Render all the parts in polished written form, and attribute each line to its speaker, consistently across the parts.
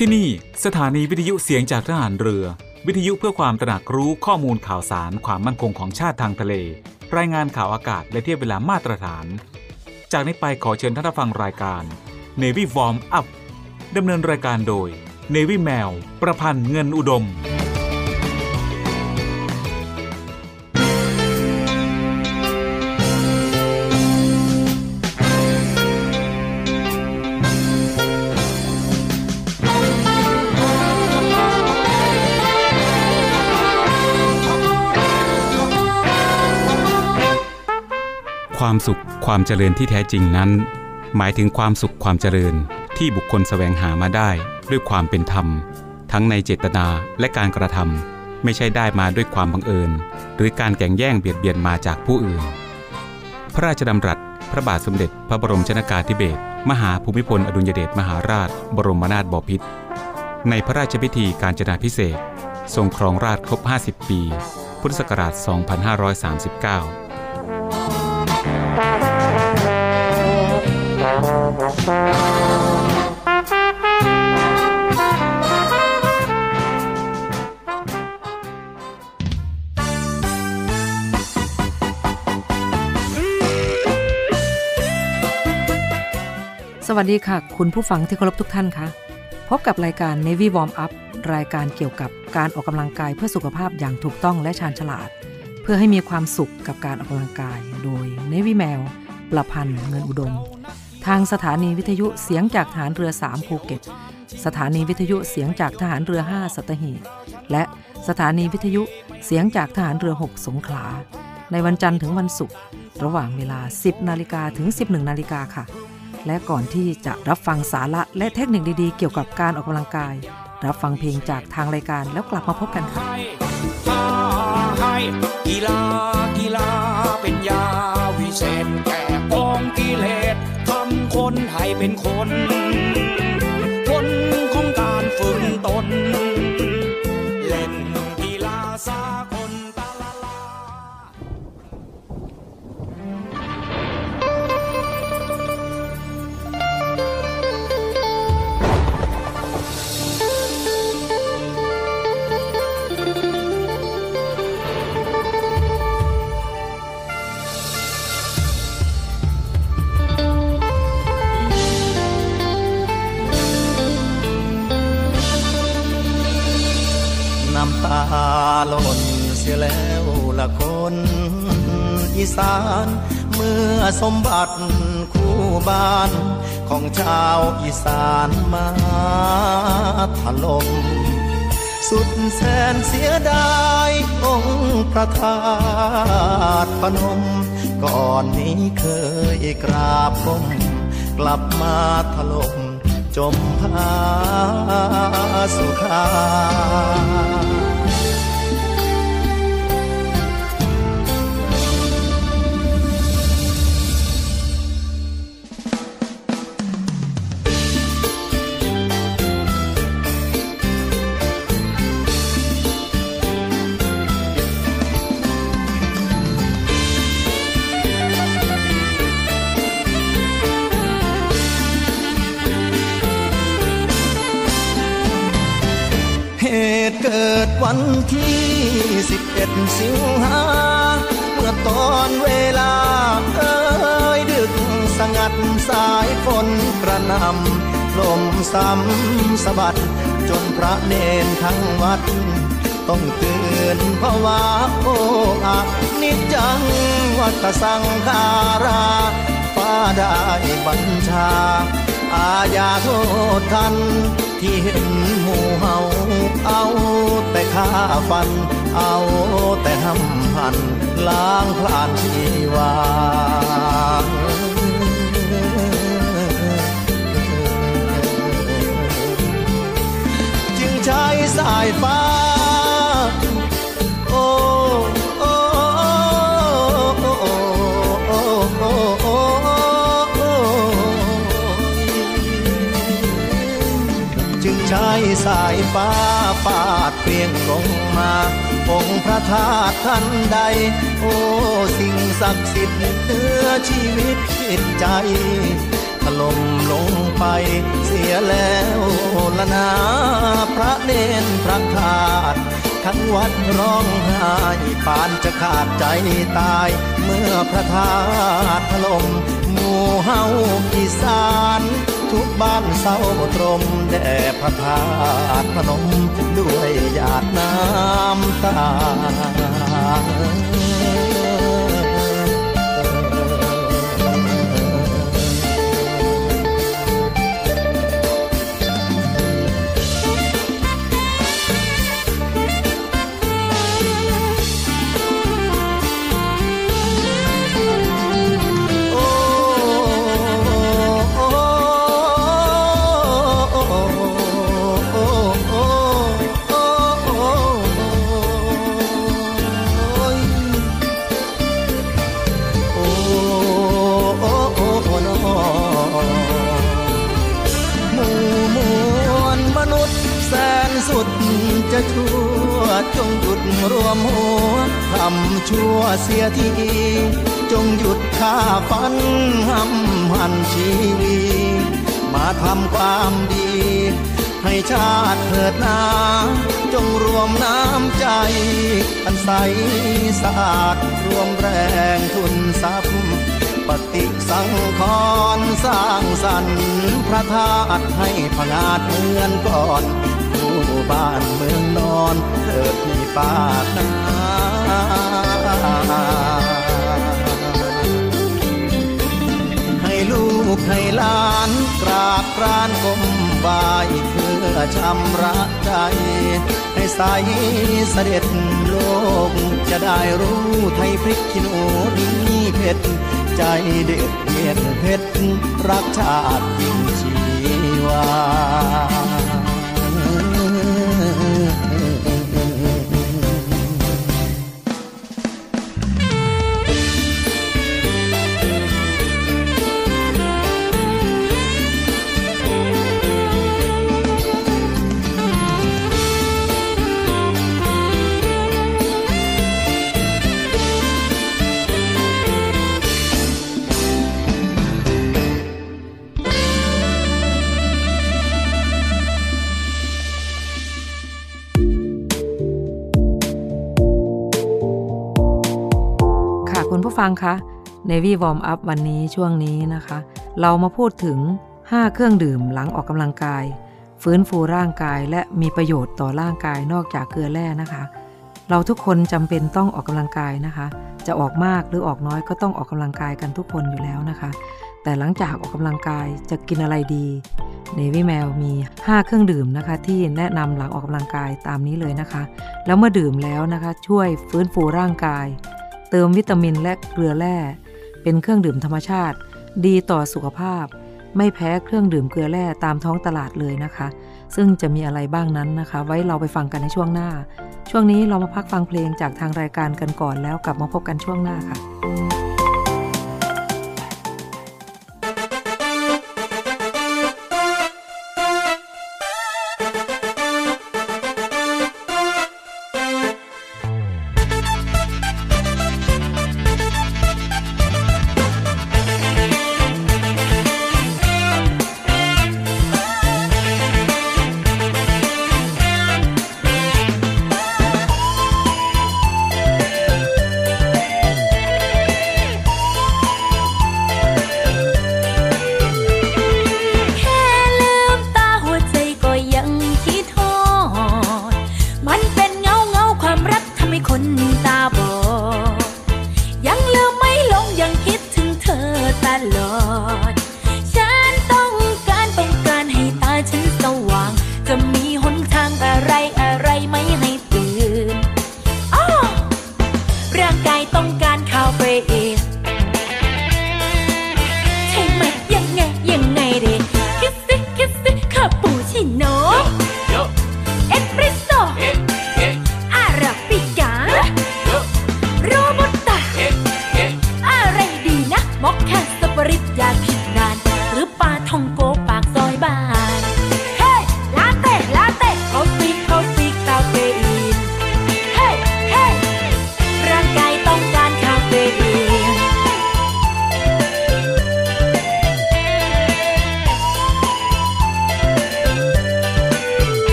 Speaker 1: ที่นี่สถานีวิทยุเสียงจากทหารเรือวิทยุเพื่อความตระหนักรู้ข้อมูลข่าวสารความมั่นคงของชาติทางทะเลรายงานข่าวอากาศและเทียบเวลามาตรฐานจากนี้ไปขอเชิญท่านรับฟังรายการ Navy Warm Up ดำเนินรายการโดย Navy แมวประพันธ์เงินอุดมความสุขความเจริญที่แท้จริงนั้นหมายถึงความสุขความเจริญที่บุคคลแสวงหามาได้ด้วยความเป็นธรรมทั้งในเจตนาและการกระทำไม่ใช่ได้มาด้วยความบังเอิญหรือการแข่งแย่งเบียดเบียนมาจากผู้อื่นพระราชดำรัสพระบาทสมเด็จพระบรมชนกาธิเบศรมหาภูมิพลอดุลยเดชมหาราชบรมนาถบพิตรในพระราชพิธีกาญจนาภิเษกทรงครองราชย์ครบ50ปีพุทธศักราช2539
Speaker 2: สวัสดีค่ะคุณผู้ฟังที่เคารพทุกท่านคะพบกับรายการ Navy Warm Up รายการเกี่ยวกับการออกกำลังกายเพื่อสุขภาพอย่างถูกต้องและชาญฉลาดเพื่อให้มีความสุขกับการออกกำลังกายโดย Navy แมวประพันธ์เงินอุดมทางสถานีวิทยุเสียงจากทหารเรือ3ภูเก็ตสถานีวิทยุเสียงจากทหารเรือ5สัตหีบและสถานีวิทยุเสียงจากทหารเรือ6สงขลาในวันจันทร์ถึงวันศุกร์ระหว่างเวลา 10:00 นถึง 11:00 นค่ะและก่อนที่จะรับฟังสาระและเทคนิคดีๆเกี่ยวกับการออกกำลังกายรับฟังเพลงจากทางรายการแล้วกลับมาพบกันค่ะ
Speaker 3: กีฬาเป็นยาวิเศษแก้กองกิเลสทำคนให้เป็นคนของการฝึกตนเล่นกีฬาสากลตะละลา
Speaker 4: น้ำตาหล่นเสียแล้วละคนอีสานเมื่อสมบัติคู่บ้านของชาวอีสานมาถล่มสุดแสนเสียดายองค์พระธาตุพนมก่อนนี้เคยกราบก้มกลับมาถล่มจมพาสุขาเกิดวันที่11สิงหาเมื่อตอนเวลาดึกสงัดสายฝนกระหน่ำลมซ้ำสะบัดจนพระเนรทั้งวัดต้องตื่นภาวะโอ้อะนิจจังวัฏสังขาราฟ้าได้บัญชาอาญาโทษทันที่เห็นหมู่เฮาเอาแต่ฆ่าฟันเอาแต่ห้ำหั่นล้างผลาญชีวาจึงใช้สายฟ้าโอ้โอ้โอ้โอ้โอ้โอ้จึงใช้สายฟ้าปาดเปลี่ยงลงมาองค์พระธาตุท่านใดโอ้สิ่งศักดิ์สิทธิ์เหนือชีวิตจิตใจถล่มลงไปเสียแล้วละนาพระเนนพระธาตุทั้งวัดร้องไห้ปานจะขาดใจตายเมื่อพระธาตุถล่มหมู่เฮาอีสานทุกบ้านเศร้าตรมแด่พระธาตุพนมด้วยหยาดน้ำตาจะชั่วจงหยุดรวมหัวทำชั่วเสียทีจงหยุดฆ่าฟันห้ำหั่นชีวีมาทำความดีให้ชาติเถิดนาจงรวมน้ำใจอันใสสะอาดรวมแรงทุนทรัพย์ปฏิสังขรณ์สร้างสรรค์พระธาตุให้ผงาดเหมือนก่อนบ้านเมืองนอนเกิดมีปาดนาให้ลูกให้หลานกราบกรานก้มไหว้เพื่อชำระใจให้ใสเสด็จโลกจะได้รู้ไทยพริกขี้หนูนี่เผ็ดใจเด็ดเย็นเผ็ดรักชาติยิ่งชีวา
Speaker 2: คุณผู้ฟังคะ Navy Warm Up วันนี้ช่วงนี้นะคะเรามาพูดถึง5เครื่องดื่มหลังออกกำลังกายฟื้นฟูร่างกายและมีประโยชน์ต่อร่างกายนอกจากเกลือแร่นะคะเราทุกคนจำเป็นต้องออกกำลังกายนะคะจะออกมากหรือออกน้อยก็ต้องออกกำลังกายกันทุกคนอยู่แล้วนะคะแต่หลังจากออกกำลังกายจะกินอะไรดี Navy Mail มี5เครื่องดื่มนะคะที่แนะนำหลังออกกำลังกายตามนี้เลยนะคะแล้วเมื่อดื่มแล้วนะคะช่วยฟื้นฟูร่างกายเติมวิตามินและเกลือแร่เป็นเครื่องดื่มธรรมชาติดีต่อสุขภาพไม่แพ้เครื่องดื่มเกลือแร่ตามท้องตลาดเลยนะคะซึ่งจะมีอะไรบ้างนั้นนะคะไว้เราไปฟังกันในช่วงหน้าช่วงนี้เรามาพักฟังเพลงจากทางรายการกันก่อนแล้วกลับมาพบกันช่วงหน้าค่ะ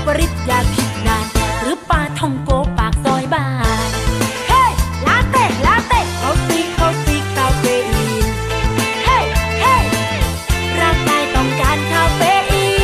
Speaker 5: ปริศยาผิดนานหรือปลาท่องโกปากซอยบ้านเฮ้ลาเต้ลาเต้เขาซีคาเฟอีนเฮ้ร่างกายต้องการคาเฟอีน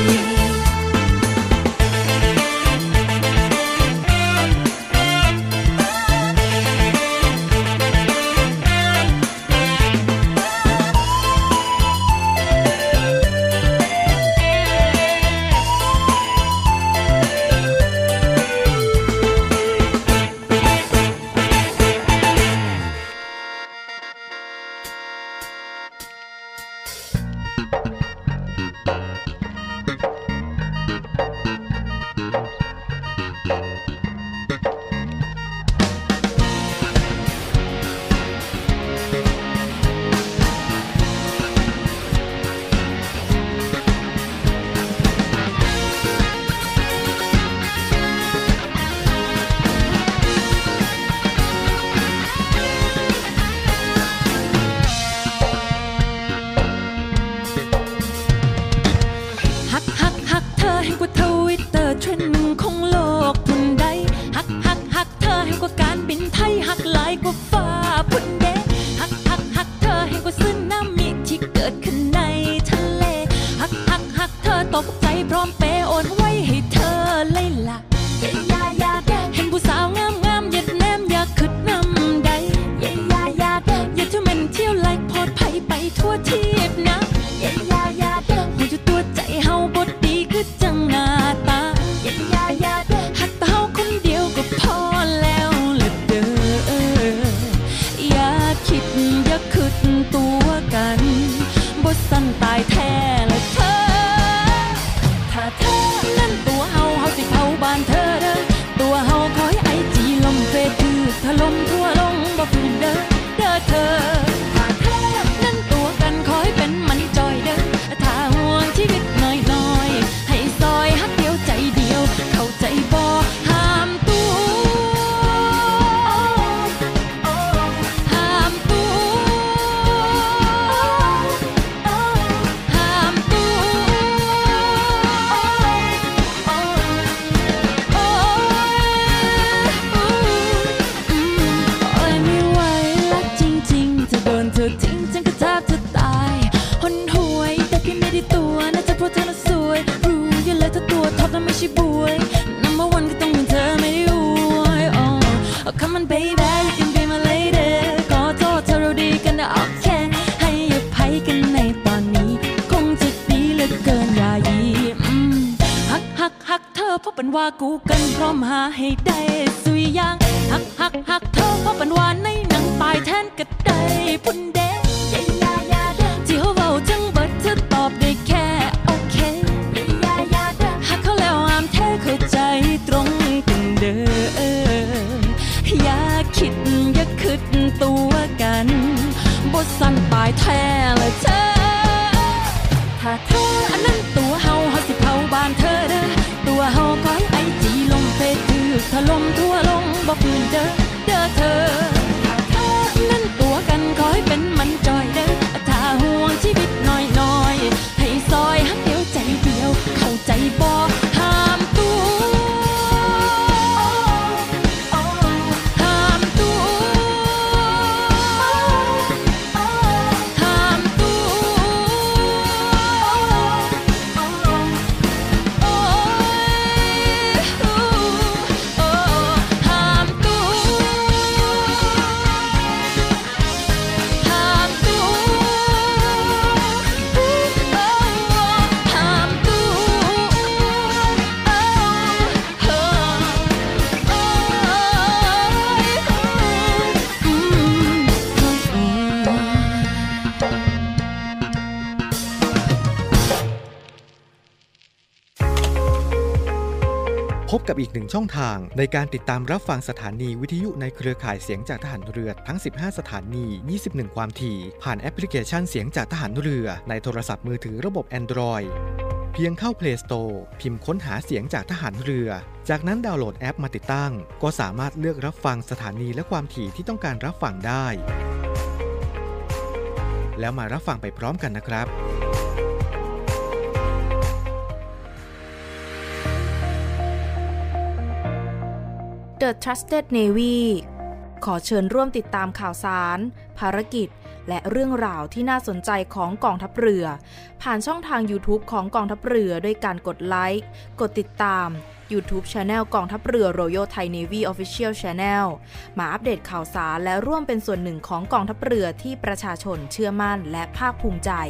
Speaker 5: เป็นว่ากูกันพร้อมหาให้ได้สุยยางหักเธอเพราะเป็นว่าในหนังตายแทนก็ได้พุ่นเด้ที่เขาเว้าจังเบิดเธอตอบได้แค่โอเคหักเขาแล้วอามแท้เข้าใจตรงกันเด้ออย่าคิดอย่าคิดตัวกันบ่สั่นตายแท้ละเธอถ้าเธออันนั้นตัวเฮาสิเผาบ้านเธอเด้อตัวเฮาคอยไอจีลงเฟซถือถล่มทั่วลงบ่คืนเด้อเธอถ้าเธอนั้นตัวกันคอยเป็นมันจอยเด้อถ้าห่วงชีวิตน้อยๆให้ซอยฮักเดียวใจเดียวเข้าใจบ่ห้ามตัว
Speaker 6: พบกับอีกหนึ่งช่องทางในการติดตามรับฟังสถานีวิทยุในเครือข่ายเสียงจากทหารเรือทั้ง15สถานี21ความถี่ผ่านแอปพลิเคชันเสียงจากทหารเรือในโทรศัพท์มือถือระบบ Android เพียงเข้า Play Store พิมพ์ค้นหาเสียงจากทหารเรือจากนั้นดาวน์โหลดแอปมาติดตั้งก็สามารถเลือกรับฟังสถานีและความถี่ที่ต้องการรับฟังได้แล้วมารับฟังไปพร้อมกันนะครับ
Speaker 7: The Trusted Navy ขอเชิญร่วมติดตามข่าวสารภารกิจและเรื่องราวที่น่าสนใจของกองทัพเรือผ่านช่องทาง YouTube ของกองทัพเรือด้วยการกดไลค์กดติดตาม YouTube Channel กองทัพเรือ Royal Thai Navy Official Channel มาอัปเดตข่าวสารและร่วมเป็นส่วนหนึ่งของกองทัพเรือที่ประชาชนเชื่อมั่นและภาคภูมิใจ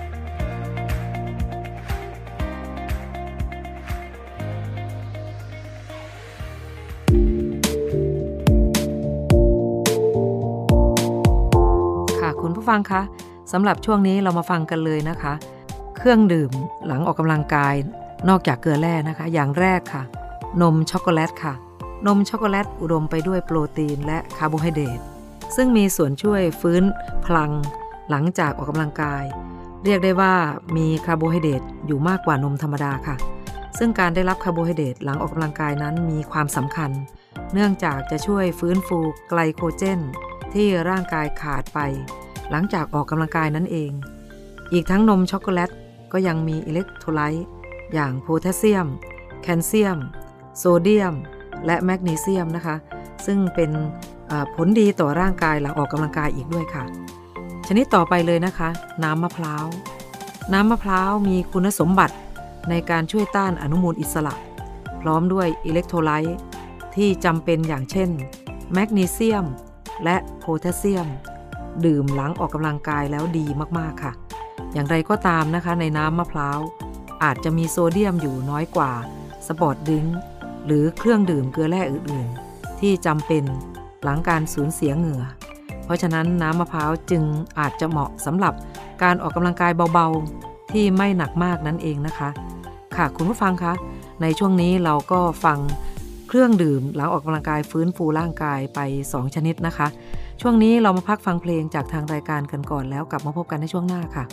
Speaker 2: คุณผู้ฟังคะสำหรับช่วงนี้เรามาฟังกันเลยนะคะเครื่องดื่มหลังออกกำลังกายนอกจากเกลือแร่นะคะอย่างแรกค่ะนมช็อกโกแลตค่ะนมช็อกโกแลตอุดมไปด้วยโปรตีนและคาร์โบไฮเดรตซึ่งมีส่วนช่วยฟื้นพลังหลังจากออกกำลังกายเรียกได้ว่ามีคาร์โบไฮเดรตอยู่มากกว่านมธรรมดาค่ะซึ่งการได้รับคาร์โบไฮเดรตหลังออกกำลังกายนั้นมีความสำคัญเนื่องจากจะช่วยฟื้นฟูไกลโคเจนที่ร่างกายขาดไปหลังจากออกกำลังกายนั่นเองอีกทั้งนมช็อกโกแลตก็ยังมีอิเล็กโทรไลต์อย่างโพแทสเซียมแคลเซียมโซเดียมและแมกนีเซียมนะคะซึ่งเป็นผลดีต่อร่างกายหลังออกกำลังกายอีกด้วยค่ะชนิดต่อไปเลยนะคะน้ำมะพร้าวน้ำมะพร้าวมีคุณสมบัติในการช่วยต้านอนุมูลอิสระพร้อมด้วยอิเล็กโทรไลต์ที่จำเป็นอย่างเช่นแมกนีเซียมและโพแทสเซียมดื่มหลังออกกำลังกายแล้วดีมากๆค่ะอย่างไรก็ตามนะคะในน้ำมะพร้าวอาจจะมีโซเดียมอยู่น้อยกว่าสปอร์ตดริงก์หรือเครื่องดื่มเกลือแร่อื่นๆที่จำเป็นหลังการสูญเสียเหงื่อเพราะฉะนั้นน้ำมะพร้าวจึงอาจจะเหมาะสำหรับการออกกำลังกายเบาๆที่ไม่หนักมากนั่นเองนะคะค่ะคุณผู้ฟังคะในช่วงนี้เราก็ฟังเครื่องดื่มหลังออกกำลังกายฟื้นฟูร่างกายไป2ชนิดนะคะช่วงนี้เรามาพักฟังเพลงจากทางรายการกันก่อนแล้วกลับมาพบกันในช่วงหน้าค่ะ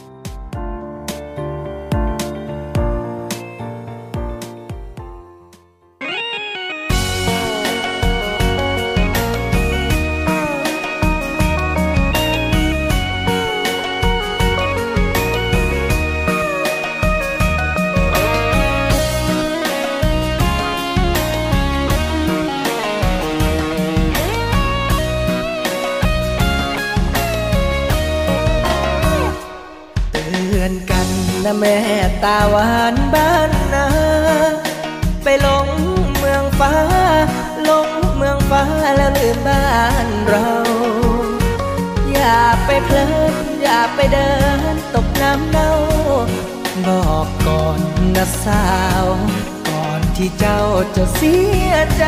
Speaker 8: แม่ตาหวานบ้านนาไปหลงเมืองฟ้าหลงเมืองฟ้าแล้วลืมบ้านเราอย่าไปเพลินอย่าไปเดินตกน้ำเน่าบอกก่อนนะสาวก่อนที่เจ้าจะเสียใจ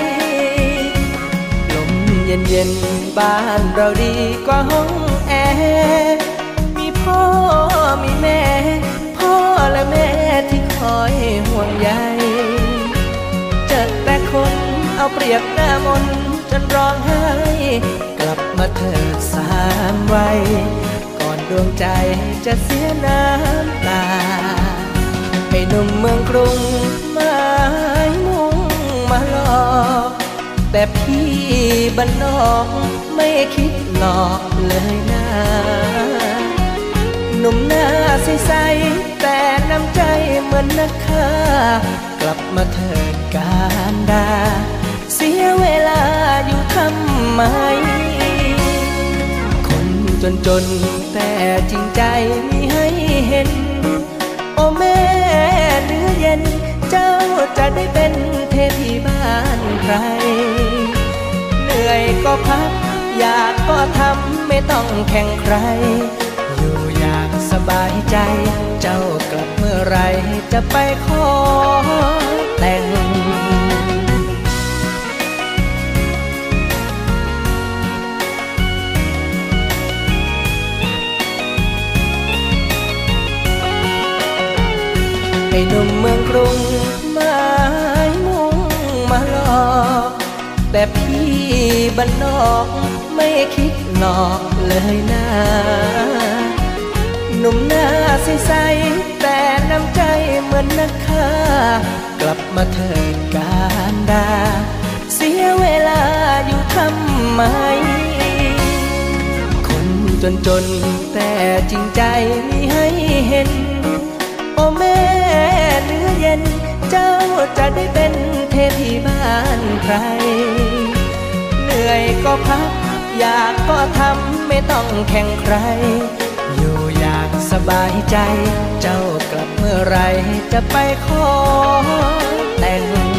Speaker 8: ลมเย็นๆบ้านเราดีกว่าห้องแอร์มีพ่อมีแม่พ่อและแม่ที่คอยห่วงใยเจอแต่คนเอาเปรียบหน้ามนจนร้องไห้กลับมาเถิดสามวัยก่อนดวงใจจะเสียน้ำตาให้หนุ่มเมืองกรุงหมายมุ่งมาหลอกแต่พี่บ้านนอกไม่คิดหลอกเลยนะหนุ่มหน้าใสๆแต่น้ำใจเหมือนนักฆ่ากลับมาเถิดการดาเสียเวลาอยู่ทำไมคนจนแต่จริงใจมีให้เห็นโอ้แม่เนื้อเย็นเจ้าจะได้เป็นเทพีบ้านใครเหนื่อยก็พักอยากก็ทำไม่ต้องแข่งใครอยู่อย่างสบายใจเจ้ากลับเมื่อไรจะไปขอแต่งให้หนุ่มเมืองกรุงหมายมุ่งมาหลอกแต่พี่บ้านนอกไม่คิดหลอกเลยนะหนุ่มหน้าใสๆแต่น้ำใจเหมือนนักฆ่ากลับมาเถิดการดาเสียเวลาอยู่ทำไมคนจนแต่จริงใจมีให้เห็นโอ้แม่เนื้อเย็นเจ้าจะได้เป็นเทพีบ้านใครพักอยากก็ทำไม่ต้องแข่งใครอยู่อย่างสบายใจเจ้ากลับเมื่อไรจะไปขอแต่ง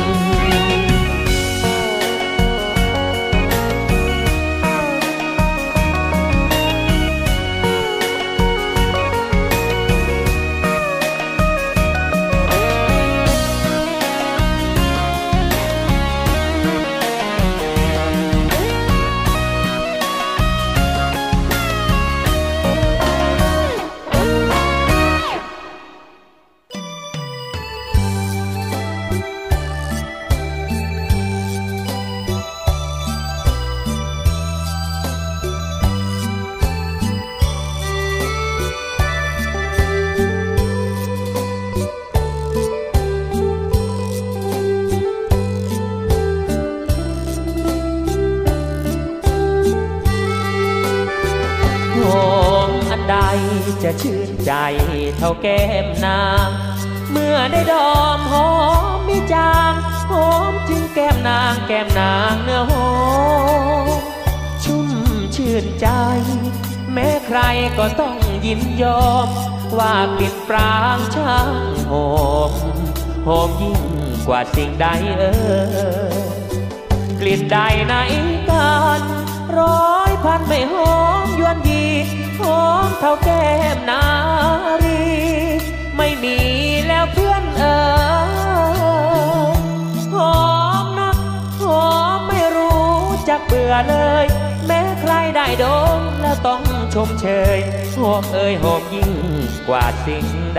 Speaker 9: จะชื่นใจเท่าแก้มนางเมื่อได้ดอมหอมมิจางหอมจึงแก้มนางเนื้อหอมชุ่มชื่นใจแม้ใครก็ต้องยินยอมว่ากลิ่นปรางช่างหอมยิ่งกว่าสิ่งใดกลิ่นใดในกันร้อยพันไม่หอมยวนยีหอมเท่าแก้มนารีไม่มีแล้วเพื่อนหอมนักหอมไม่รู้จักเบื่อเลยแม้ใครได้ดมแล้วต้องชมเชยหอมหอมยิ่งกว่าสิ่งใด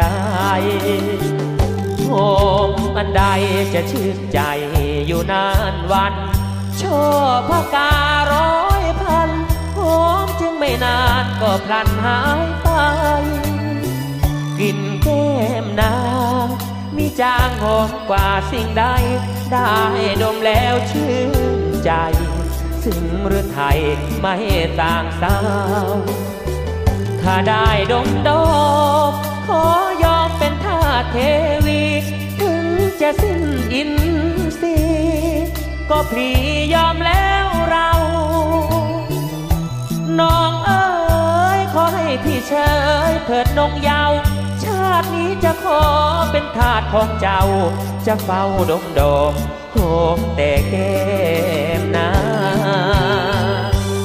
Speaker 9: หอมอันใดจะชื่นใจอยู่นานวันช่อพระการ้อยพันหอมจึงไม่นานก็พลันหายไปกลิ่นแก้มนางมีจางหอมกว่าสิ่งใดได้ดมแล้วชื่นใจซึ่งหรือไทยไม่ต่างสาวถ้าได้ดมขอยอมเป็นทาสเทวีถึงจะสิ้นอินทรีย์ก็พลียอมแล้วเราน้องขอให้พี่เชยเถิดนงเยาว์ชาตินี้จะขอเป็นทาสของเจ้าจะเฝ้าดมโหมแต่แก้มนาง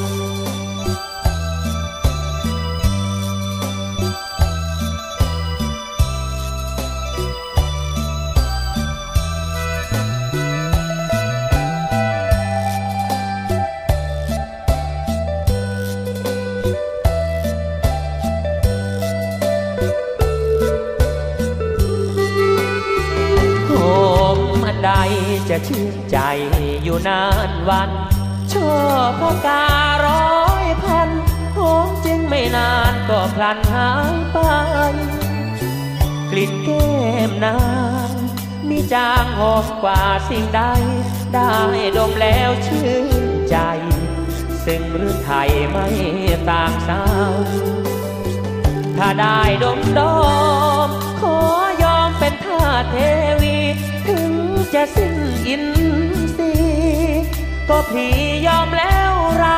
Speaker 9: ใดจะชื่นใจอยู่นานวันช่อพระการ้อยพันหอมจึงไม่นานก็พลันหายไปกลิ่นแก้มนางมีจางหอมกว่าสิ่งใดได้ดมแล้วชื่นใจซึ่งหรือไทยไม่ต่างสาวถ้าได้ดมขอยอมเป็นทาสเทวีถึงจะสิ้นอินทรีย์ก็พลียอมแล้วเรา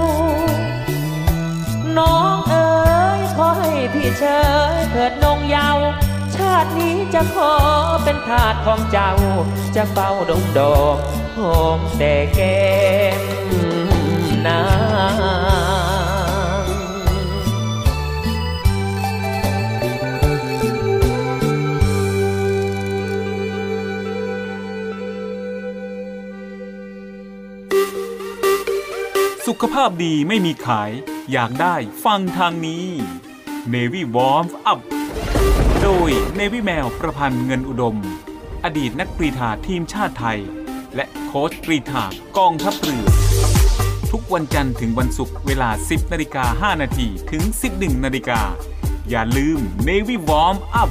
Speaker 9: น้องขอให้พี่เชยเถิดนงเยาว์ชาตินี้จะขอเป็นทาสของเจ้าจะเฝ้าดมหอมแต่แก้มนาง
Speaker 1: สุขภาพดีไม่มีขายอยากได้ฟังทางนี้ Navy Warm Up โดย Navy แมวประพันธ์เงินอุดมอดีตนักกรีฑาทีมชาติไทยและโค้ชกรีฑากองทัพเรือทุกวันจันทร์ถึงวันศุกร์เวลา 10:05 น.ถึง 11:00 น.อย่าลืม Navy Warm Up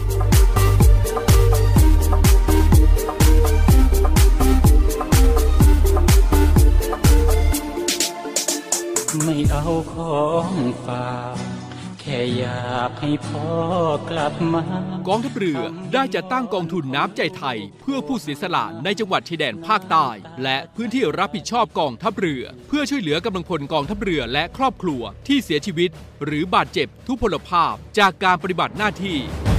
Speaker 10: ไม่เอาของฝากแค่อยากให้พ่อกลับมาก
Speaker 11: องทัพเรือได้จัดตั้งกองทุนน้ำใจไทยเพื่อผู้เสียสละในจังหวัดชายแดนภาคใต้และพื้นที่รับผิดชอบกองทัพเรือเพื่อช่วยเหลือกำลังพลกองทัพเรือและครอบครัวที่เสียชีวิตหรือบาดเจ็บทุพพลภาพจากการปฏิบัติหน้าที่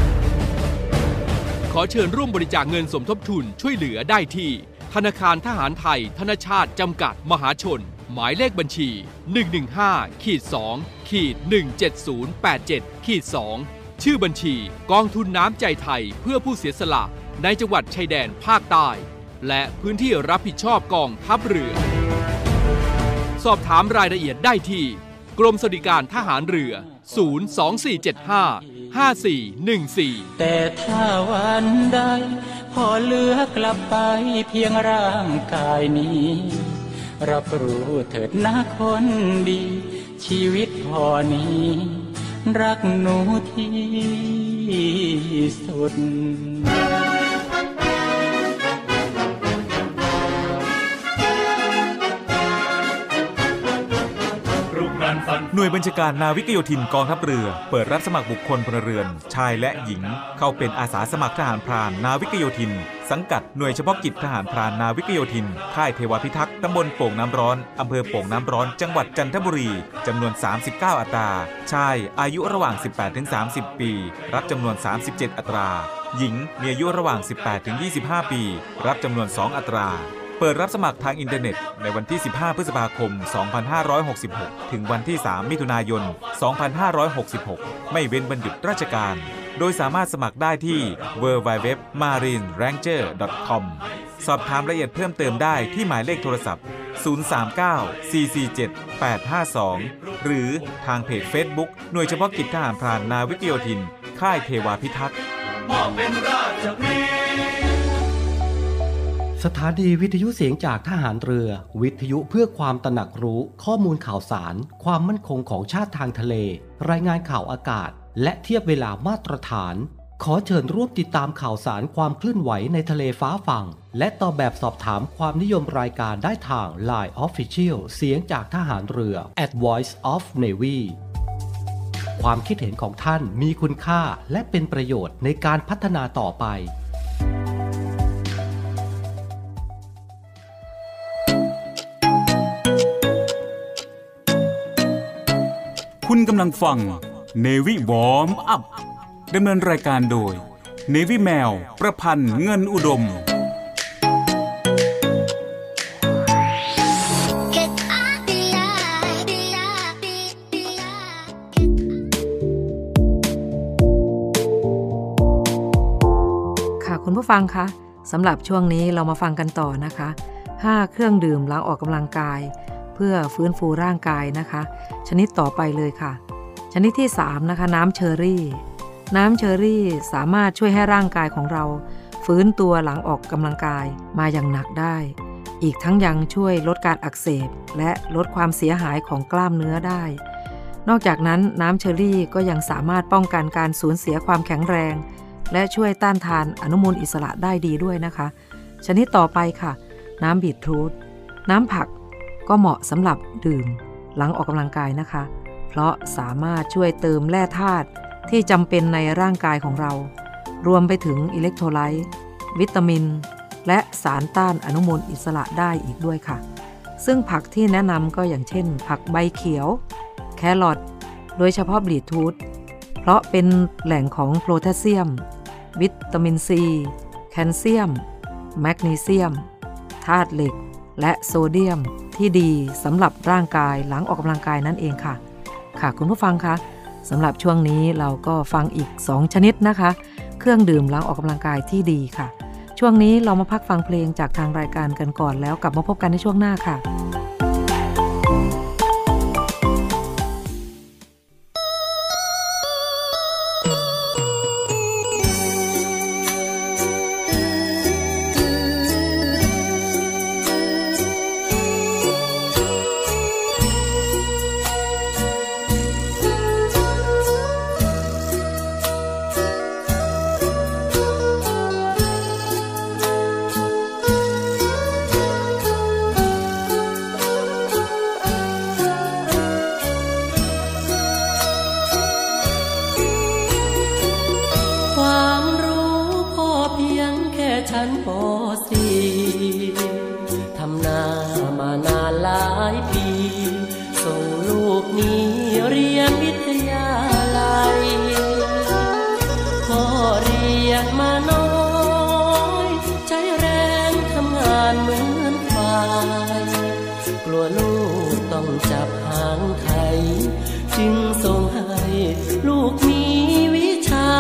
Speaker 11: ขอเชิญร่วมบริจาคเงินสมทบทุนช่วยเหลือได้ที่ธนาคารทหารไทยธนชาติจำกัดมหาชนหมายเลขบัญชี 115-2-17087-2 ชื่อบัญชีกองทุนน้ำใจไทยเพื่อผู้เสียสละในจังหวัดชายแดนภาคใต้และพื้นที่รับผิดชอบกองทัพเรือสอบถามรายละเอียดได้ที่กรมสวัสดิการทหารเรือ024755414
Speaker 10: แต่ถ้าวันใดพอเหลือกลับไปเพียงร่างกายนี้รับรู้เถิดนะคนดีชีวิตพอนี้รักหนูที่สุด
Speaker 12: หน่วยบัญชาการนาวิกโยธินกองทัพเรือเปิดรับสมัครบุคคลพลเรือนชายและหญิงเข้าเป็นอาสาสมัครทหารพรานนาวิกโยธินสังกัดหน่วยเฉพาะกิจทหารพรานนาวิกโยธินค่ายเทวาพิทักษ์ตำบลโป่งน้ำร้อนอำเภอโป่งน้ำร้อนจังหวัดจันทบุรีจำนวน39อัตราชายอายุระหว่าง 18-30 ปีรับจำนวน37อัตราหญิงมีอายุระหว่าง 18-25 ปีรับจำนวน2อัตราเปิดรับสมัครทางอินเทอร์เน็ตในวันที่15พฤษภาคม2566ถึงวันที่3มิถุนายน2566ไม่เว้นวันหยุดราชการโดยสามารถสมัครได้ที่ www.marineranger.com สอบถามรายละเอียดเพิ่มเติมได้ที่หมายเลขโทรศัพท์039-447-852หรือทางเพจ Facebook หน่วยเฉพาะกิจทหารพรานนาวิกโยธินค่ายเทวาพิทักษ์มอบเป็นราชพฤกษ์
Speaker 13: สถานีวิทยุเสียงจากทหารเรือวิทยุเพื่อความตระหนักรู้ข้อมูลข่าวสารความมั่นคงของชาติทางทะเลรายงานข่าวอากาศและเทียบเวลามาตรฐานขอเชิญร่วมติดตามข่าวสารความเคลื่อนไหวในทะเลฟ้าฝั่งและตอบแบบสอบถามความนิยมรายการได้ทาง LINE Official เสียงจากทหารเรือ @Voice of Navy ความคิดเห็นของท่านมีคุณค่าและเป็นประโยชน์ในการพัฒนาต่อไป
Speaker 12: คุณกำลังฟัง Navy Warm Up ดำเนินรายการโดย Navy แมวประพันธ์เงินอุดม
Speaker 2: ค่ะคุณผู้ฟังคะสำหรับช่วงนี้เรามาฟังกันต่อนะคะ5เครื่องดื่มหลังออกกำลังกายเพื่อฟื้นฟูร่างกายนะคะชนิดต่อไปเลยค่ะชนิดที่3นะคะน้ำเชอร์รี่น้ำเชอร์รี่สามารถช่วยให้ร่างกายของเราฟื้นตัวหลังออกกำลังกายมาอย่างหนักได้อีกทั้งยังช่วยลดการอักเสบและลดความเสียหายของกล้ามเนื้อได้นอกจากนั้นน้ำเชอร์รี่ก็ยังสามารถป้องกันการสูญเสียความแข็งแรงและช่วยต้านทานอนุมูลอิสระได้ดีด้วยนะคะชนิดต่อไปค่ะน้ำบีทรูทน้ำผักก็เหมาะสำหรับดื่มหลังออกกำลังกายนะคะเพราะสามารถช่วยเติมแร่ธาตุที่จำเป็นในร่างกายของเรารวมไปถึงอิเล็กโทรไลต์วิตามินและสารต้านอนุมูลอิสระได้อีกด้วยค่ะซึ่งผักที่แนะนำก็อย่างเช่นผักใบเขียวแครอทโดยเฉพาะบีทรูทเพราะเป็นแหล่งของโพแทสเซียมวิตามินซีแคลเซียมแมกนีเซียมธาตุเหล็กและโซเดียมที่ดีสำหรับร่างกายหลังออกกำลังกายนั่นเองค่ะค่ะคุณผู้ฟังคะสำหรับช่วงนี้เราก็ฟังอีก2ชนิดนะคะเครื่องดื่มหลังออกกำลังกายที่ดีค่ะช่วงนี้เรามาพักฟังเพลงจากทางรายการกันก่อนแล้วกลับมาพบกันในช่วงหน้าค่ะ
Speaker 8: ลัวลูกต้องจับหางไถจึงส่งให้ลูกมีวิชา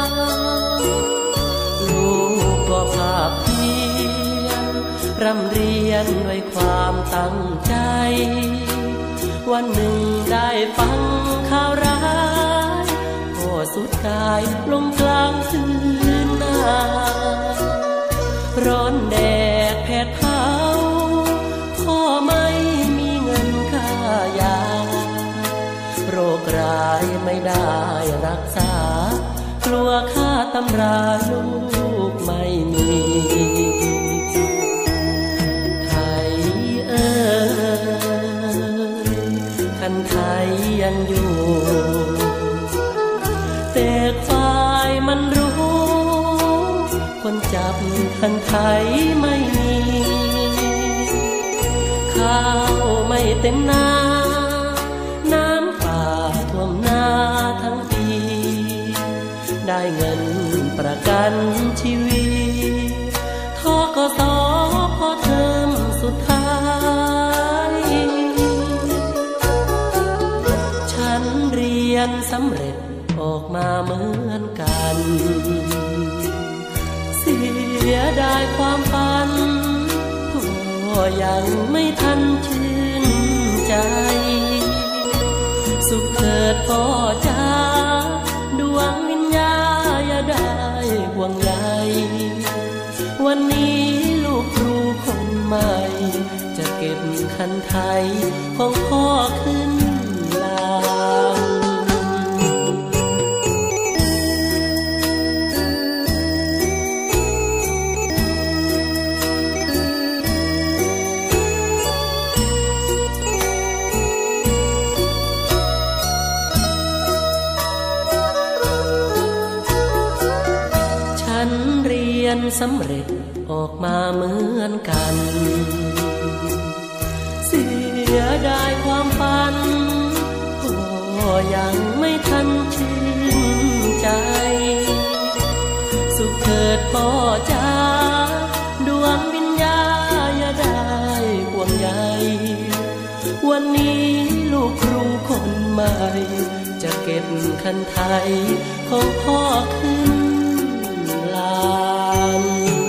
Speaker 8: ลูกก็ภาคเพียรร่ำเรียนด้วยความตั้งใจวันหนึ่งได้ฟังข่าวร้ายพ่อสุดกายลงกลางคืนนาร้อนแดดแผดเผาพ่อไม่มีเงินค่ายาโรคร้ายไม่ได้รักษากลัวค่าตำราลูกไม่มีไทยคันไทยยังอยู่แต่ฝ่ายมันรู้คนจับคันไทยไม่มีข้าวไม่เต็มนาน้ำป่าท่วมนาทั้งปีได้เงินประกันชีวิตทกส.พอเทอมสุดท้ายฉันเรียนสำเร็จออกมาเหมือนกันเสียดายความฝันพ่อยังไม่ทันชื่นใจสุขเถิดพ่อจ้าดวงวิญญาณอย่าได้ห่วงใยวันนี้ลูกครูคนใหม่จะเก็บคันไทยของพ่อขึ้นลางสำเร็จออกมาเหมือนกันเสียดายความฝันพ่อยังไม่ทันชื่นใจสุขเถิดพ่อจ้าดวงวิญญาณอย่าได้ห่วงใยวันนี้ลูกครูคนใหม่จะเก็บคันไทยของพ่อขึ้นลาน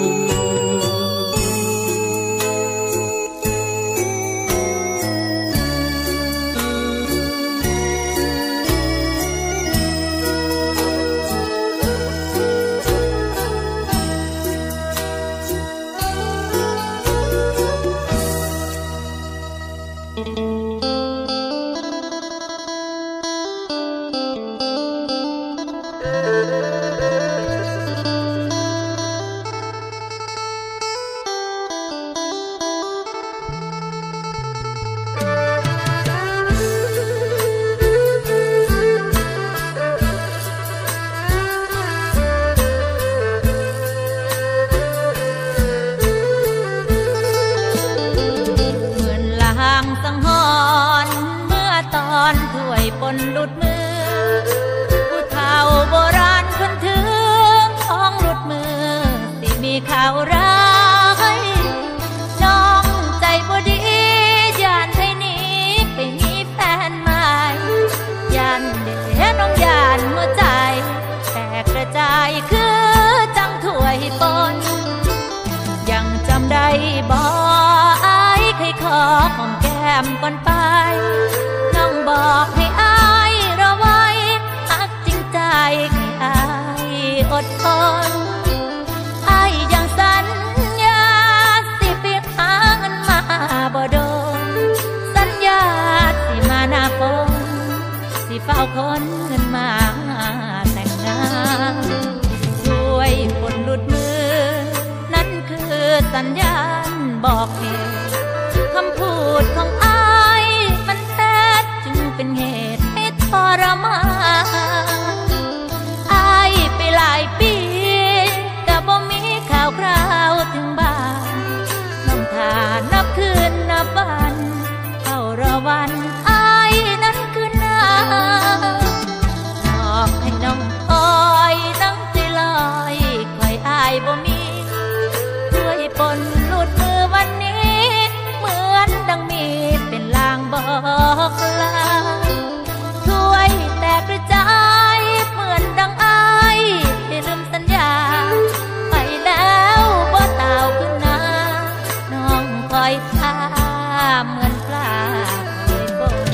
Speaker 8: หลุดมือผู้เฒ่าโบราณคนถึงของหลุดมือที่มีข่าวร้ายน้องใจบ่ดีย่านให้หนีไปมีแฟนใหม่ย่านเด้น้องย่านหัวใจแตกกระจายคือจังถ้วยปนยังจำได้บ่อ้ายเคยขอของแก้มก่อนไปน้องบอกให้อ้ายรอไว้ฮักจริงใจให้อ้ายอดทนอ้ายยังสัญญาสิไปหาเงินมาบ่โดนสัญญาสิมาหน้าฝนสิเฝ้าคนเงินมาแต่งงานด้วยคนหลุดมือนั่นคือสัญญาณบอกเหตุคำพูดของอ้ายมันแท้จึงเป็นเหตุให้ทรมานอ้ายไปหลายปีก็บ่มีข่าวคราวถึงบ้านน้องทานับคืนนับวันเฝ้ารอวันอ้ายนั้นคือนานบอกให้น้องคอยนั่งใจลอยคอยอ้ายบ่มีด้วยปนหลุดมือวันนี้เหมือนดังมีด
Speaker 14: คอยท่าเหมือนปลาคอยฝน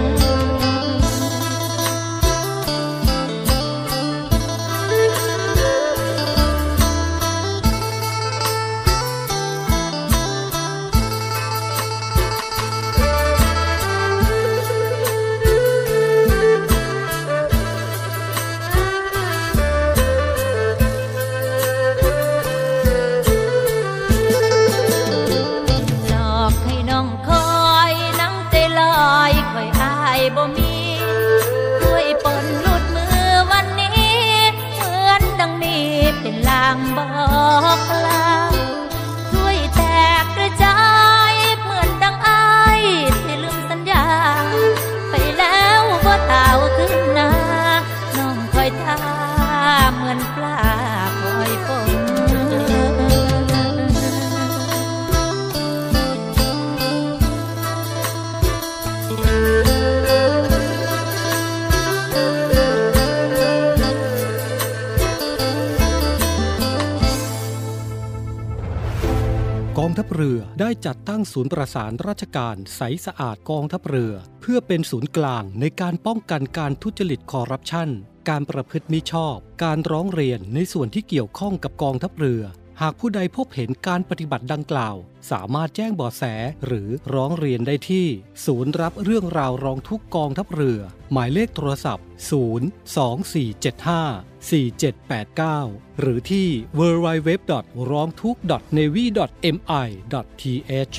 Speaker 14: บ่มีช่วยปนหลุดมือวันนี้เหมือนดังมีเป็นลางบอกลาช่วยแตกกระจายเหมือนดังอ้ายที่ลืมสัญญาไปแล้วบ่เต่าขึ้นนาน้องคอยท่าเหมือนปลาคอยฝน
Speaker 13: กองทัพเรือได้จัดตั้งศูนย์ประสานราชการใสสะอาดกองทัพเรือเพื่อเป็นศูนย์กลางในการป้องกันการทุจริตคอร์รัปชันการประพฤติมิชอบการร้องเรียนในส่วนที่เกี่ยวข้องกับกองทัพเรือหากผู้ใดพบเห็นการปฏิบัติดังกล่าวสามารถแจ้งเบาะแสหรือร้องเรียนได้ที่ศูนย์รับเรื่องราวร้องทุกข์กองทัพเรือหมายเลขโทรศัพท์024754789หรือที่ www.rongthuk.navy.mi.th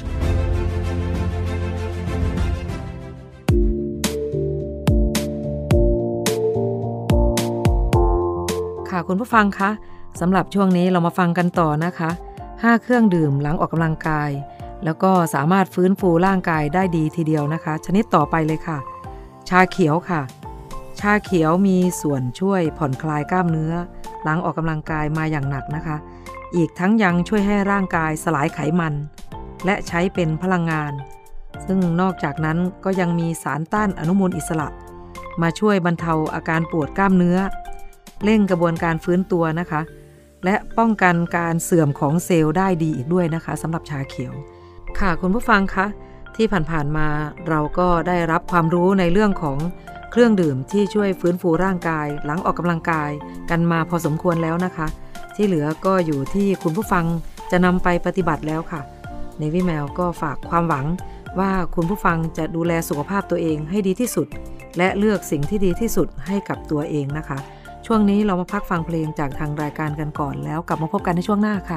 Speaker 2: ค่ะคุณผู้ฟังคะสำหรับช่วงนี้เรามาฟังกันต่อนะคะ5เครื่องดื่มหลังออกกำลังกายแล้วก็สามารถฟื้นฟูร่างกายได้ดีทีเดียวนะคะชนิดต่อไปเลยค่ะชาเขียวค่ะชาเขียวมีส่วนช่วยผ่อนคลายกล้ามเนื้อหลังออกกำลังกายมาอย่างหนักนะคะอีกทั้งยังช่วยให้ร่างกายสลายไขมันและใช้เป็นพลังงานซึ่งนอกจากนั้นก็ยังมีสารต้านอนุมูลอิสระมาช่วยบรรเทาอาการปวดกล้ามเนื้อเร่งกระบวนการฟื้นตัวนะคะและป้องกันการเสื่อมของเซลล์ได้ดีอีกด้วยนะคะสำหรับชาเขียวค่ะคุณผู้ฟังคะที่ผ่านๆมาเราก็ได้รับความรู้ในเรื่องของเครื่องดื่มที่ช่วยฟื้นฟูร่างกายหลังออกกำลังกายกันมาพอสมควรแล้วนะคะที่เหลือก็อยู่ที่คุณผู้ฟังจะนำไปปฏิบัติแล้วค่ะNavy Mailก็ฝากความหวังว่าคุณผู้ฟังจะดูแลสุขภาพตัวเองให้ดีที่สุดและเลือกสิ่งที่ดีที่สุดให้กับตัวเองนะคะช่วงนี้เรามาพักฟังเพลงจากทางรายการกันก่อนแล้วกลับมาพบกันในช่วงหน้าค่ะ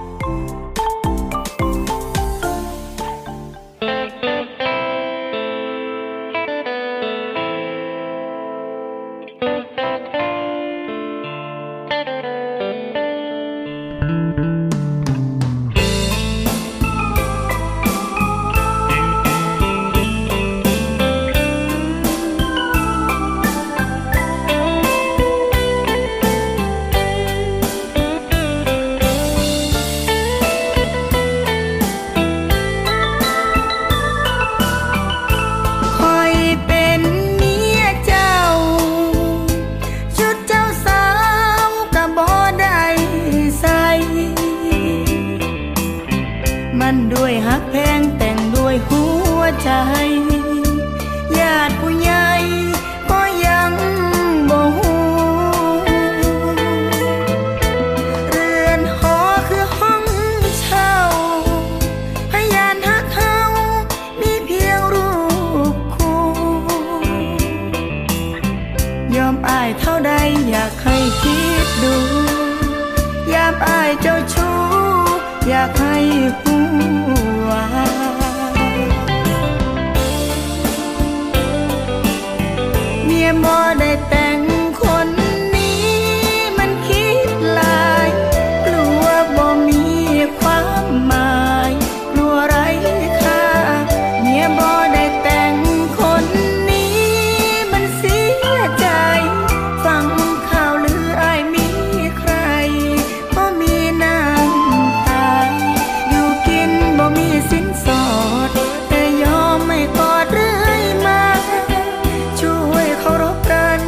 Speaker 15: อยากให้หัวเมียบ่ได้แต่งคนนี้มันคิดหลายกลัวบ่มีความหมายกลัวไร้ค่าเมียบ่ได้แต่งคนนี้มันเสียใจฟังข่าวลืออ้ายมีใครบ่มีน้ำตาอยู่กินบ่มีสินสอดแต่ยอมไม่กอดเรื่อยมาช่วยเคารพกัน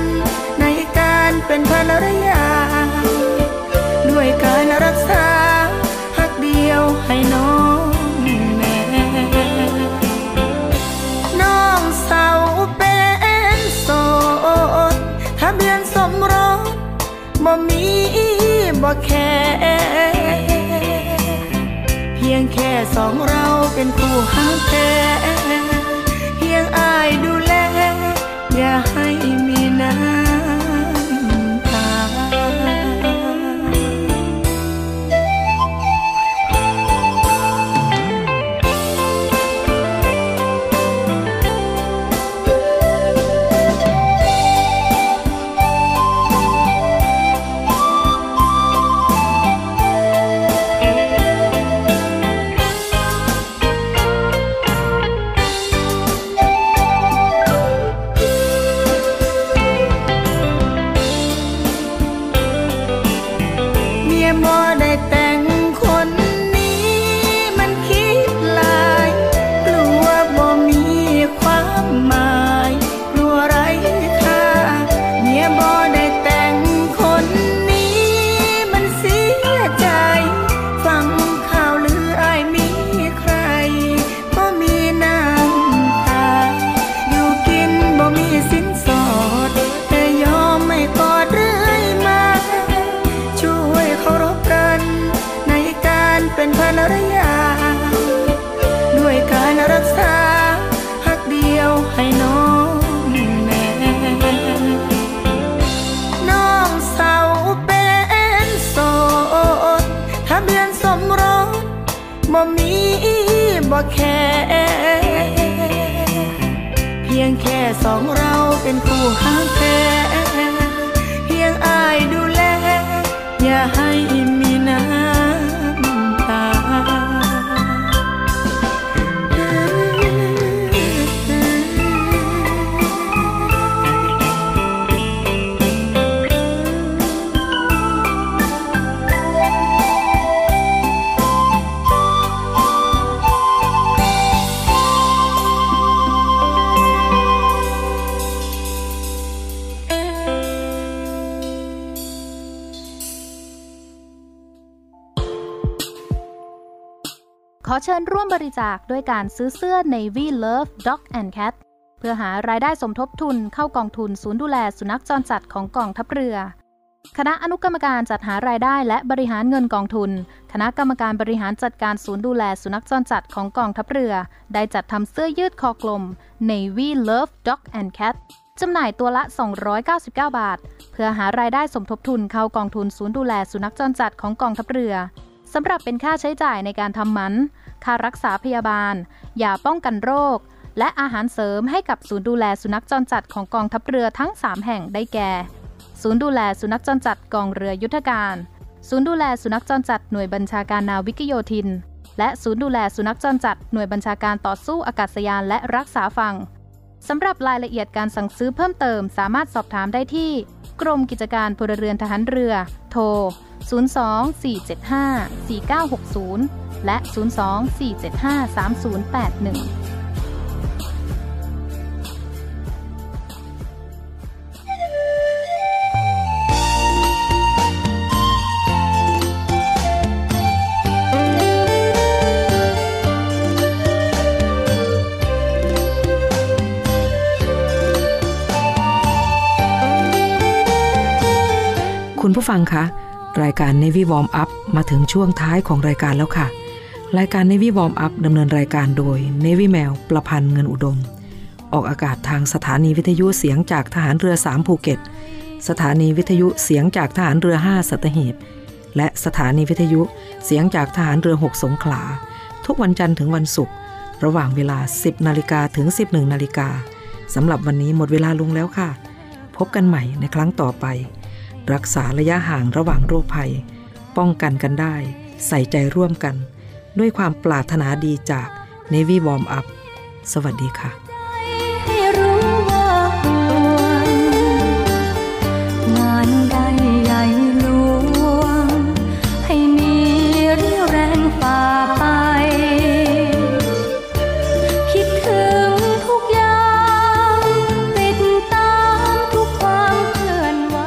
Speaker 15: ยงแค่สองเราเป็นคู่หาแท้เพียงอ้ายดูแลอย่าให้มีน้ำตาแค่เพียงแค่สองเราเป็นคู่หาแท้เพียงอ้ายดูแลอย่าให้มีน้ำตา
Speaker 16: ขอเชิญร่วมบริจาคด้วยการซื้อเสื้อ Navy Love Dog and Cat เพื่อหารายได้สมทบทุนเข้ากองทุนศูนย์ดูแลสุนัขจรจัดของกองทัพเรือคณะอนุกรรมการจัดหารายได้และบริหารเงินกองทุนคณะกรรมการบริหารจัดการศูนย์ดูแลสุนัขจรจัดของกองทัพเรือได้จัดทำเสื้อยืดคอกลม Navy Love Dog and Cat จำหน่ายตัวละ299 บาทเพื่อหารายได้สมทบทุนเข้ากองทุนศูนย์ดูแลสุนัขจรจัดของกองทัพเรือสำหรับเป็นค่าใช้จ่ายในการทำหมันค่ารักษาพยาบาลยาป้องกันโรคและอาหารเสริมให้กับศูนย์ดูแลสุนัขจรจัดของกองทัพเรือทั้ง3แห่งได้แก่ศูนย์ดูแลสุนัขจรจัดกองเรือยุทธการศูนย์ดูแลสุนัขจรจัดหน่วยบัญชาการนาวิกโยธินและศูนย์ดูแลสุนัขจรจัดหน่วยบัญชาการต่อสู้อากาศยานและรักษาฝั่งสำหรับรายละเอียดการสั่งซื้อเพิ่มเติมสามารถสอบถามได้ที่กรมกิจการพลเรือนทหารเรือโทร02-475-4960 และ 02-475-3081
Speaker 2: คุณผู้ฟังคะรายการ Navy Warm Up มาถึงช่วงท้ายของรายการแล้วค่ะรายการ Navy Warm Up ดำเนินรายการโดย Navy แมวประพันธ์เงินอุดมออกอากาศทางสถานีวิทยุเสียงจากทหารเรือ3ภูเก็ตสถานีวิทยุเสียงจากทหารเรือ5สัตหีบและสถานีวิทยุเสียงจากทหารเรือ6สงขลาทุกวันจันทร์ถึงวันศุกร์ระหว่างเวลา 10:00 นถึง 11:00 นสำหรับวันนี้หมดเวลาลงแล้วค่ะพบกันใหม่ในครั้งต่อไปรักษาระยะห่างระหว่างโรคภัยป้องกันกันได้ใส่ใจร่วมกันด้วยความปรารถนาดีจาก Navy Warm Up สวัสดีค่ะ
Speaker 14: ให้รู้ว่าห่วงงานใดใหญ่หลวงให้มีเรี่ยวแรงฝ่าไปคิดถึงทุกอย่างติดตามทุกความเคลื่อนไหว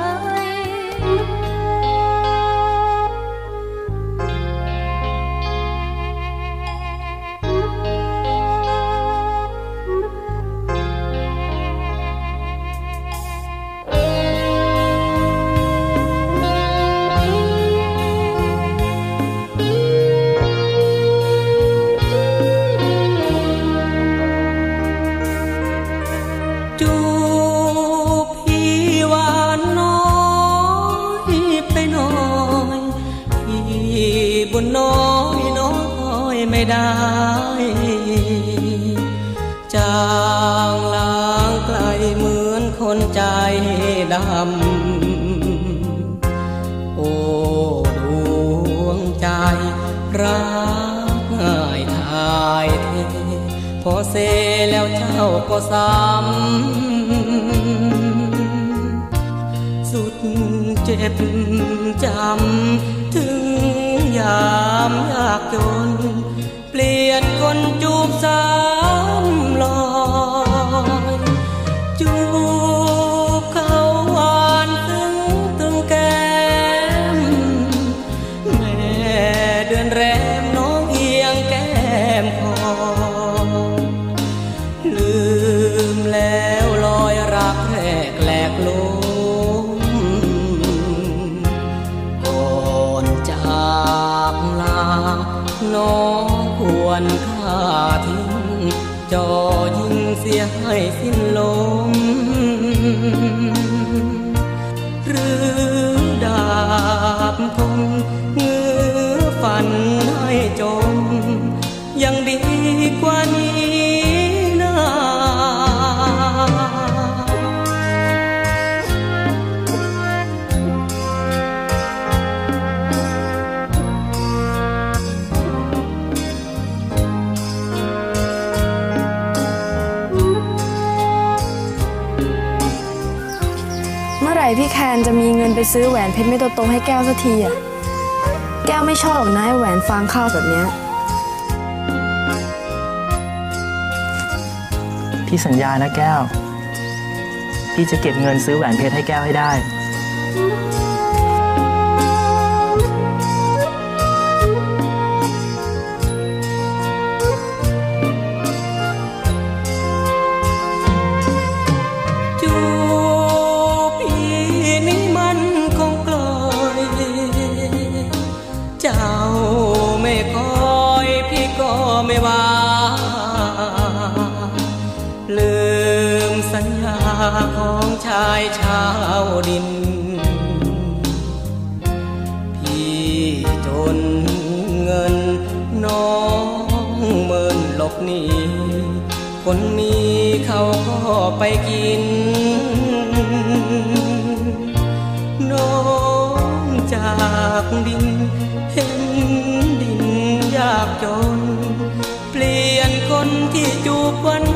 Speaker 8: คนน้อยน้อยไม่ได้จางลางไกลเหมือนคนใจดำโอ้ดวงใจรักง่ายทายเทพอเสแล้วเจ้าก็ซ้ำสุดเจ็บจำถึงยามยากจนเปลี่ยนคนจูบซ้ำลอยจูบเขาหวานถึงแก้มแม่เดือนแรมน้องเอียงแก้มคอลืมแล้วลอยรักแรกแหลกลมก่อนจากลาน้องควรค่าทิ้งจอยิงเสียให้สิ้นลมหรือดาบคมเงื้อฟันให้จมยังดีกว่านี้นะ
Speaker 17: พี่แคนจะมีเงินไปซื้อแหวนเพชรเม็ดโตๆให้แก้วสักทีอ่ะแก้วไม่ชอบหรอกนะแหวนฟางข้าวแบบเนี้ย
Speaker 18: พี่สัญญานะแก้วพี่จะเก็บเงินซื้อแหวนเพชรให้แก้วให้ได้
Speaker 8: ของชายชาวดินพี่จนเงินน้องเมินหลบหนีคนมีเขาก็ไปกินน้องจากดินเห็นดินยากจนเปลี่ยนคนที่จูบหวาน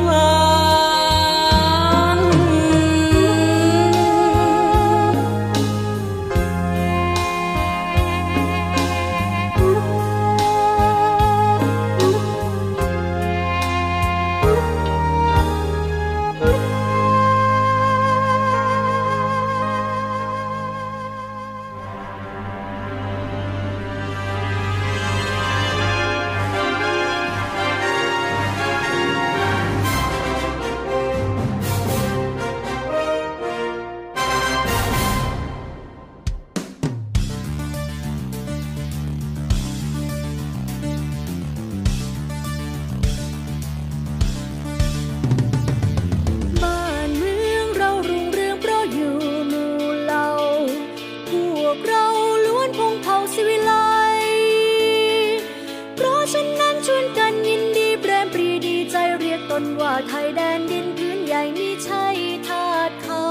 Speaker 19: ไทยแดนดินพื้นใหญ่มีใช่ทาสเขา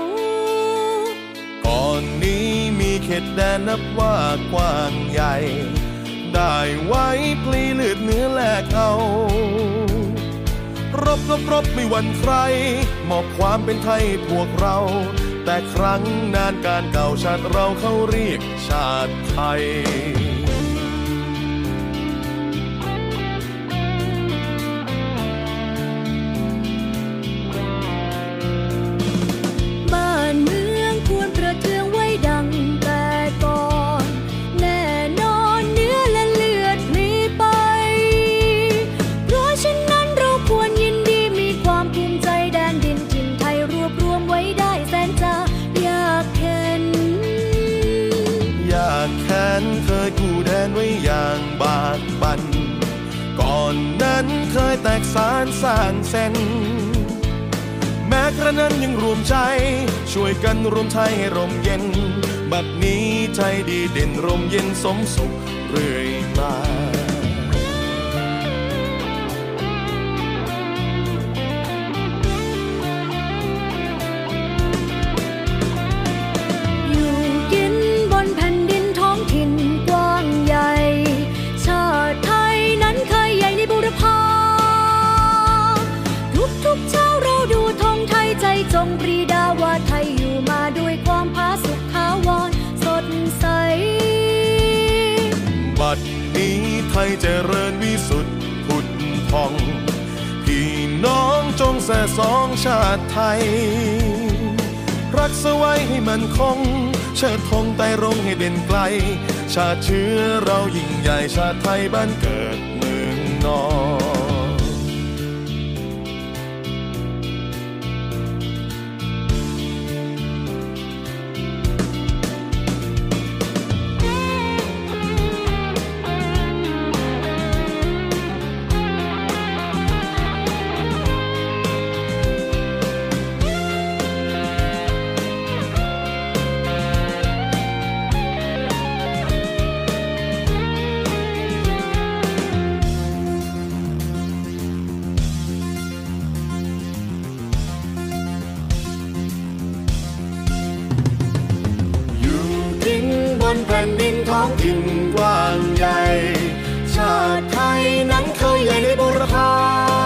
Speaker 20: ก่อนนี้มีเขตแดนนับว่ากว้างใหญ่ได้ไว้พลีเลือดเนื้อแลกเอารบไม่หวั่นใครมอบความเป็นไทยพวกเราแต่ครั้งนานการเก่าชาติเราเขาเรียกชาติไทยเคยกู้แดนไว้อย่างบากบั่นก่อนนั้นเคยแตกสานสร้างเส้นแม้กระนั้นยังรวมใจช่วยกันรวมไทยให้ร่มเย็นบัดนี้ใจดีเด่นร่มเย็นสมสุขเรื่อยมา
Speaker 19: อยู่กินบนแผ่นดินท้องถิ่นกว้างใหญ่ชาติไทยนั้นเคยใหญ่ในบูรพาทุกเช้าเราดูธงไทยใจจงปรีดาว่าไทยอยู่มาด้วยความผาสุกขาวรสดใส
Speaker 20: บัดนี้ไทยเจริญวิสุทธิ์ผุดพองพี่น้องจงแส่สองชาติไทยรักษาไว้ให้มันคงเชิดธงไต่รงให้เด่นไกลชาติเชื้อเรายิ่งใหญ่ชาติไทยบ้านเกิดเมืองนอนแผ่นดินท้องถิ่นกว้างใหญ่ชาติไทยนั้นเคยใหญ่ในบูรพา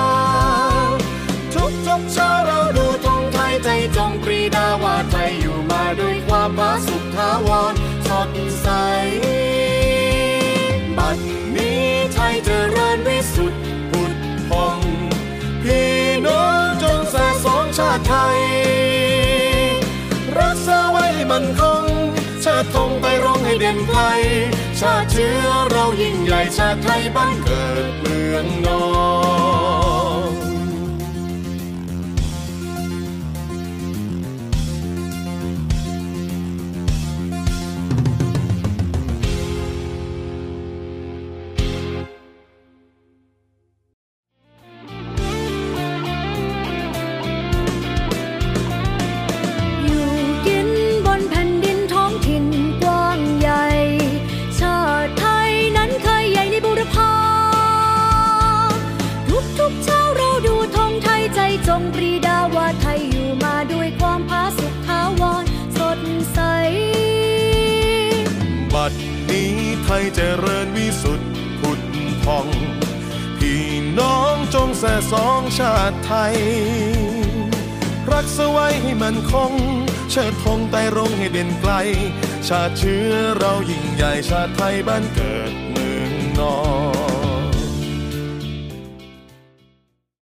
Speaker 20: ทุกเช้าเราดูธงไทยใจจงปรีดาว่าไทยอยู่มาด้วยความผาสุกถาวรสดใสบัดนี้ไทยเจริญวิสุทธิ์ผุดพองพี่น้องจงแส่สองชาติไทยรักษาไว้ให้มันคงชาติธงไปร้องให้เด่นไกลชาติเชื้อเรายิ่งใหญ่ชาติไทยบ้านเกิดเมืองนอน
Speaker 19: จงปรีดาว่าไทยอยู่มาด้วยความผาสุกขาวรสดใส
Speaker 20: บัดนี้ไทยเจริญวิสุทธิ์ผุดพองพี่น้องจงแส่สองชาติไทยรักษาไว้ให้มันคงเชิดธงไต่รงให้เด่นไกลชาติเชื้อเรายิ่งใหญ่ชาติไทยบ้านเกิด